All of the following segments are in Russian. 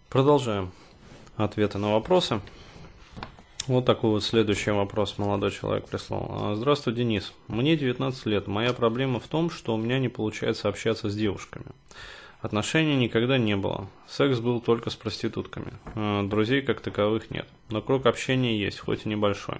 Продолжаем ответы на вопросы. Вот такой вот следующий вопрос молодой человек прислал. Здравствуй, Денис. Мне 19 лет. Моя проблема в том, что у меня не получается общаться с девушками. Отношений никогда не было. Секс был только с проститутками. Друзей как таковых нет. Но круг общения есть, хоть и небольшой.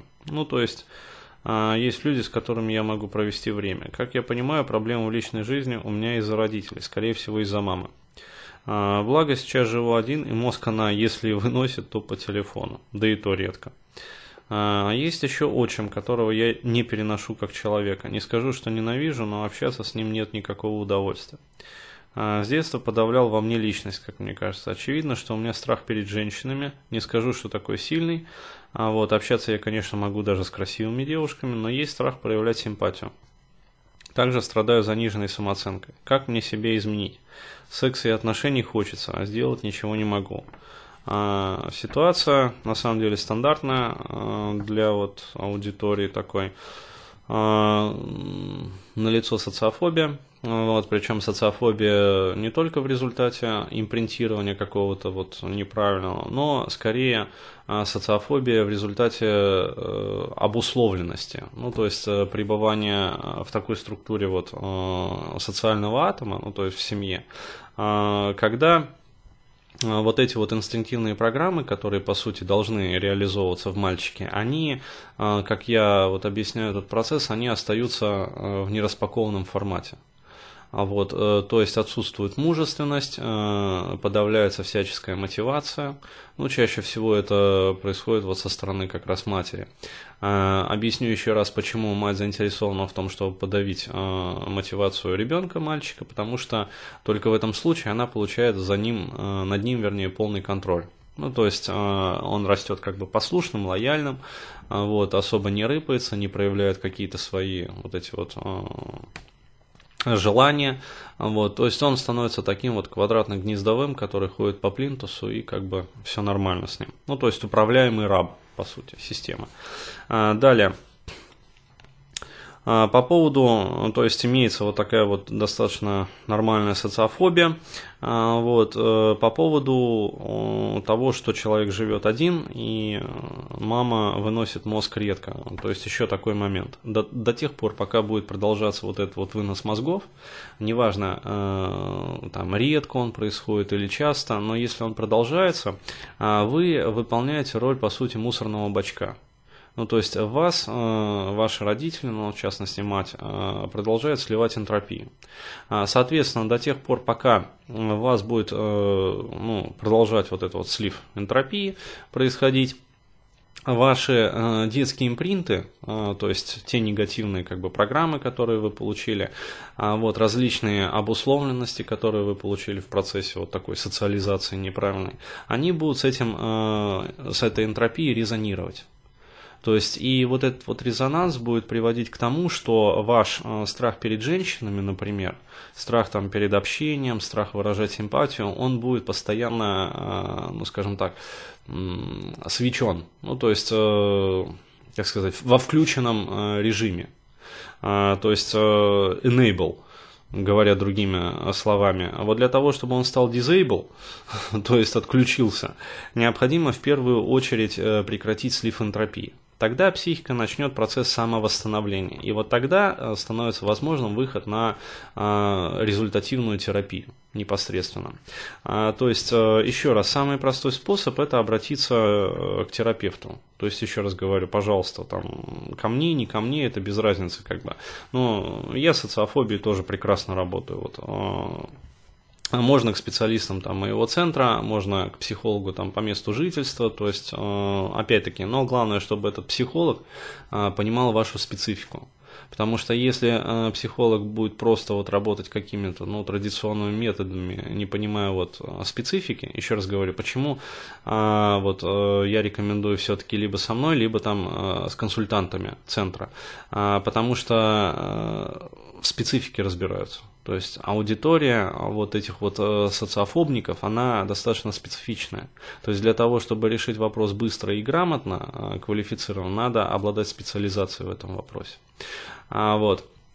Есть люди, с которыми я могу провести время. Как я понимаю, проблема в личной жизни у меня из-за родителей, скорее всего из-за мамы. Благо сейчас живу один, и мозг она, если выносит, то по телефону, да и то редко. Есть еще отчим, которого я не переношу как человека. Не скажу, что ненавижу, но общаться с ним нет никакого удовольствия. С детства подавлял во мне личность, как мне кажется. Очевидно, что у меня страх перед женщинами. Не скажу, что такой сильный. Общаться я, конечно, могу даже с красивыми девушками, но есть страх проявлять симпатию. Также страдаю заниженной самооценкой. Как мне себе изменить? Секса и отношений хочется, а сделать ничего не могу. Ситуация, на самом деле, стандартная для аудитории такой. Налицо социофобия. Причем социофобия не только в результате импринтирования какого-то неправильного, но скорее социофобия в результате обусловленности. Пребывания в такой структуре социального атома, в семье, когда эти инстинктивные программы, которые по сути должны реализовываться в мальчике, они, как я объясняю этот процесс, они остаются в нераспакованном формате. То есть отсутствует мужественность, подавляется всяческая мотивация. Чаще всего это происходит со стороны как раз матери. Объясню еще раз, почему мать заинтересована в том, чтобы подавить мотивацию ребенка, мальчика, потому что только в этом случае она получает над ним полный контроль. Он растет послушным, лояльным, особо не рыпается, не проявляет какие-то свои желание, то есть он становится таким квадратно-гнездовым, который ходит по плинтусу и все нормально с ним. То есть управляемый раб, по сути, система. Далее. По поводу, имеется такая достаточно нормальная социофобия, по поводу того, что человек живет один и мама выносит мозг редко, то есть еще такой момент. До тех пор, пока будет продолжаться этот вынос мозгов, неважно, редко он происходит или часто, но если он продолжается, вы выполняете роль, по сути, мусорного бачка. Ваши родители, в частности мать, продолжают сливать энтропию. Соответственно, до тех пор, пока у вас будет продолжать этот слив энтропии происходить, ваши детские импринты, то есть те негативные программы, которые вы получили, различные обусловленности, которые вы получили в процессе такой социализации неправильной, они будут с этой энтропией резонировать. То есть и этот резонанс будет приводить к тому, что ваш страх перед женщинами, например, страх перед общением, страх выражать симпатию, он будет постоянно, свечен, во включенном режиме, то есть enable, говоря другими словами. Для того, чтобы он стал disable, то есть отключился, необходимо в первую очередь прекратить слив энтропии. Тогда психика начнет процесс самовосстановления. И тогда становится возможным выход на результативную терапию непосредственно. То есть, еще раз, самый простой способ – это обратиться к терапевту. То есть, еще раз говорю, пожалуйста, ко мне, не ко мне, это без разницы Но я с социофобией тоже прекрасно работаю. Можно к специалистам моего центра, можно к психологу по месту жительства, то есть, опять-таки, но главное, чтобы этот психолог понимал вашу специфику. Потому что если психолог будет просто работать какими-то традиционными методами, не понимая специфики, еще раз говорю, почему я рекомендую все-таки либо со мной, либо с консультантами центра, потому что в специфике разбираются. То есть аудитория этих социофобников, она достаточно специфичная. То есть для того, чтобы решить вопрос быстро и грамотно, квалифицированно, надо обладать специализацией в этом вопросе.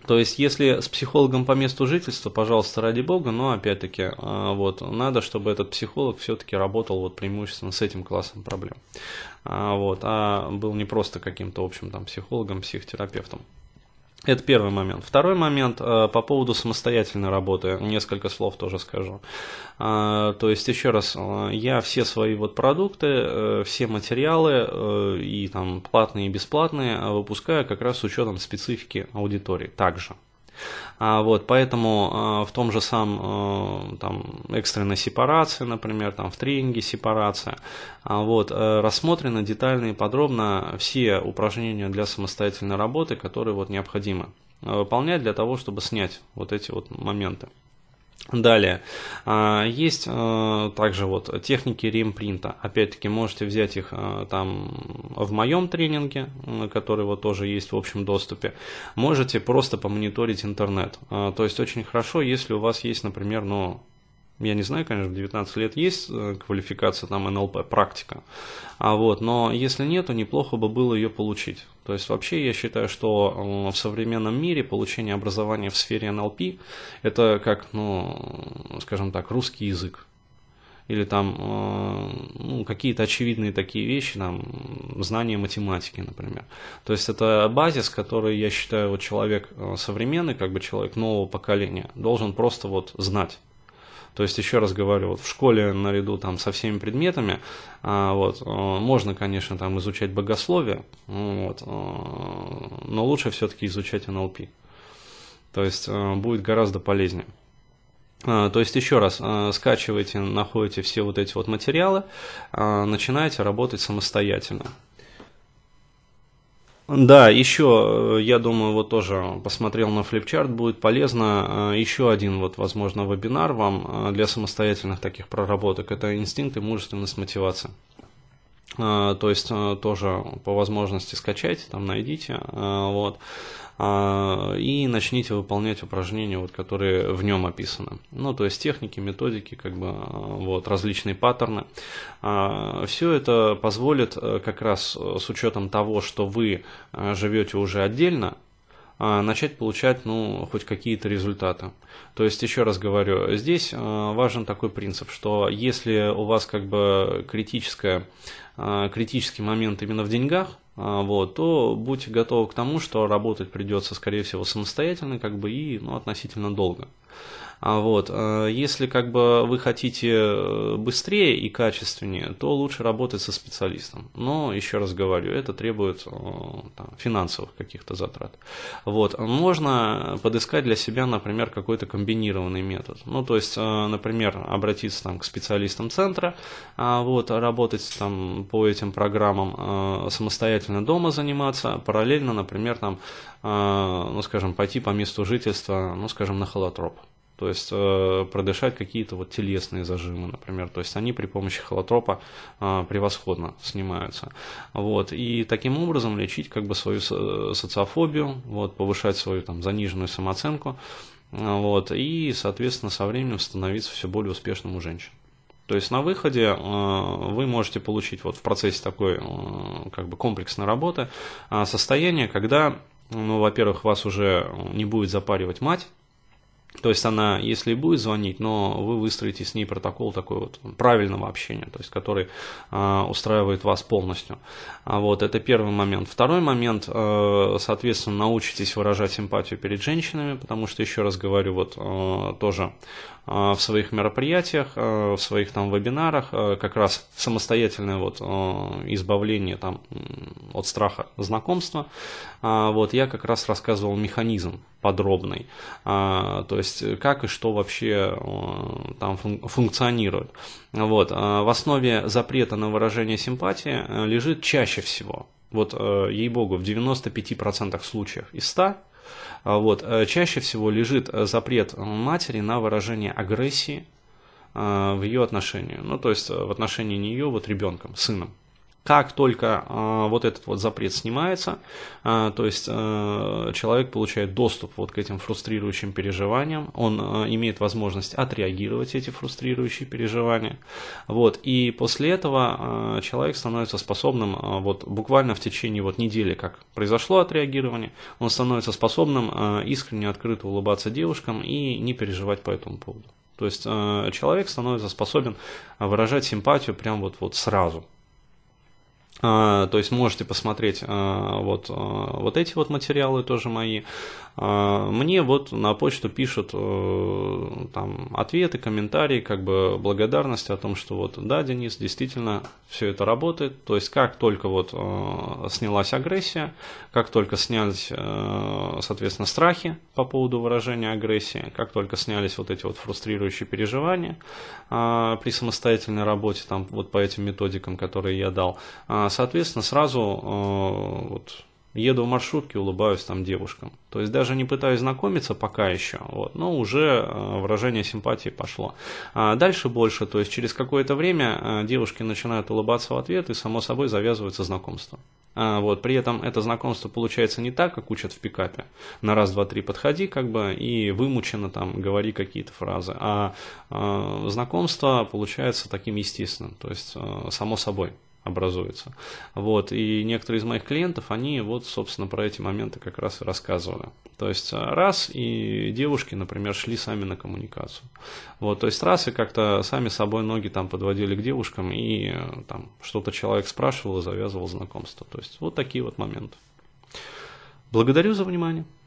То есть, если с психологом по месту жительства, пожалуйста, ради бога, но опять-таки, вот, надо, чтобы этот психолог все-таки работал вот преимущественно с этим классом проблем. Вот, а был не просто каким-то общим там психологом, психотерапевтом. Это первый момент. Второй момент по поводу самостоятельной работы. Несколько слов тоже скажу. То есть, еще раз, я все свои вот продукты, все материалы, и там платные и бесплатные, выпускаю как раз с учетом специфики аудитории также. Вот, поэтому в том же самом там, экстренной сепарации, например, там, в тренинге сепарация, вот, рассмотрены детально и подробно все упражнения для самостоятельной работы, которые вот, необходимо выполнять для того, чтобы снять вот эти вот моменты. Далее, есть также вот техники реимпринта, опять-таки можете взять их там в моем тренинге, который вот тоже есть в общем доступе, можете просто помониторить интернет, то есть очень хорошо, если у вас есть, например, ну, я не знаю, конечно, в 19 лет есть квалификация там НЛП, практика, вот, но если нет, то неплохо бы было ее получить. То есть вообще я считаю, что в современном мире получение образования в сфере НЛП это как, ну, скажем так, русский язык. Или там ну, какие-то очевидные такие вещи, там, знание математики, например. То есть это базис, который, я считаю, вот человек современный, как бы человек нового поколения, должен просто вот знать. То есть, еще раз говорю, вот в школе наряду там, со всеми предметами вот, можно, конечно, там, изучать богословие, вот, но лучше все-таки изучать НЛП. То есть, будет гораздо полезнее. То есть, еще раз, скачивайте, находите все вот эти вот материалы, начинаете работать самостоятельно. Да, еще, я думаю, вот тоже посмотрел на флипчарт, будет полезно. Еще один, вот, возможно, вебинар вам для самостоятельных таких проработок. Это инстинкт и мужественность мотивации. То есть, тоже по возможности скачайте, там найдите, вот, и начните выполнять упражнения, вот, которые в нем описаны. Ну, то есть, техники, методики, как бы, вот, различные паттерны. Все это позволит как раз с учетом того, что вы живете уже отдельно, начать получать, ну, хоть какие-то результаты. То есть, еще раз говорю, здесь важен такой принцип, что если у вас как бы критический момент именно в деньгах, вот, то будьте готовы к тому, что работать придется, скорее всего, самостоятельно, как бы, и, ну, относительно долго. Вот. Если как бы вы хотите быстрее и качественнее, то лучше работать со специалистом. Но, еще раз говорю, это требует там, финансовых каких-то затрат. Вот. Можно подыскать для себя, например, какой-то комбинированный метод. Ну, то есть, например, обратиться там, к специалистам центра, вот, работать там, по этим программам, самостоятельно дома заниматься, параллельно, например, там, ну, скажем, пойти по месту жительства, ну, скажем, на холотроп. То есть продышать какие-то вот телесные зажимы, например. То есть они при помощи холотропа превосходно снимаются. Вот. И таким образом лечить как бы свою социофобию, вот, повышать свою там, заниженную самооценку. Вот, и, соответственно, со временем становиться все более успешным у женщин. То есть на выходе вы можете получить вот в процессе такой как бы комплексной работы состояние, когда, ну, во-первых, вас уже не будет запаривать мать. То есть она, если и будет звонить, но вы выстроите с ней протокол такой вот правильного общения, то есть который устраивает вас полностью. Вот, это первый момент. Второй момент, соответственно, научитесь выражать симпатию перед женщинами, потому что, еще раз говорю, вот тоже в своих мероприятиях, в своих там вебинарах, как раз самостоятельное вот избавление там от страха знакомства, вот я как раз рассказывал механизм подробный, то есть как и что вообще там функционирует. Вот. В основе запрета на выражение симпатии лежит чаще всего, вот ей-богу, в 95% случаев из 100, вот, чаще всего лежит запрет матери на выражение агрессии в ее отношении, ну то есть в отношении нее вот ребенком, сыном. Как только вот этот вот запрет снимается, то есть человек получает доступ вот к этим фрустрирующим переживаниям, он имеет возможность отреагировать эти фрустрирующие переживания, вот, и после этого человек становится способным вот буквально в течение вот недели, как произошло отреагирование, он становится способным искренне, открыто улыбаться девушкам и не переживать по этому поводу. То есть человек становится способен выражать симпатию прям вот сразу. То есть можете посмотреть вот эти вот материалы тоже мои. Мне вот на почту пишут там ответы, комментарии, как бы благодарность о том, что вот да, Денис, действительно все это работает. То есть как только вот снялась агрессия, как только снялись, соответственно, страхи по поводу выражения агрессии, как только снялись вот эти вот фрустрирующие переживания при самостоятельной работе там вот по этим методикам, которые я дал, соответственно, сразу вот еду в маршрутке, улыбаюсь там девушкам. То есть даже не пытаюсь знакомиться пока еще, вот, но уже выражение симпатии пошло. Дальше больше, то есть через какое-то время девушки начинают улыбаться в ответ, и само собой завязывается знакомство. Вот, при этом это знакомство получается не так, как учат в пикапе. На раз, два, три подходи, как бы, и вымученно там говори какие-то фразы. А знакомство получается таким естественным, то есть само собой образуется. Вот, и некоторые из моих клиентов, они вот, собственно, про эти моменты как раз и рассказывали. То есть раз, и девушки, например, шли сами на коммуникацию. Вот, то есть раз, и как-то сами собой ноги там подводили к девушкам, и там что-то человек спрашивал и завязывал знакомство. То есть вот такие вот моменты. Благодарю за внимание.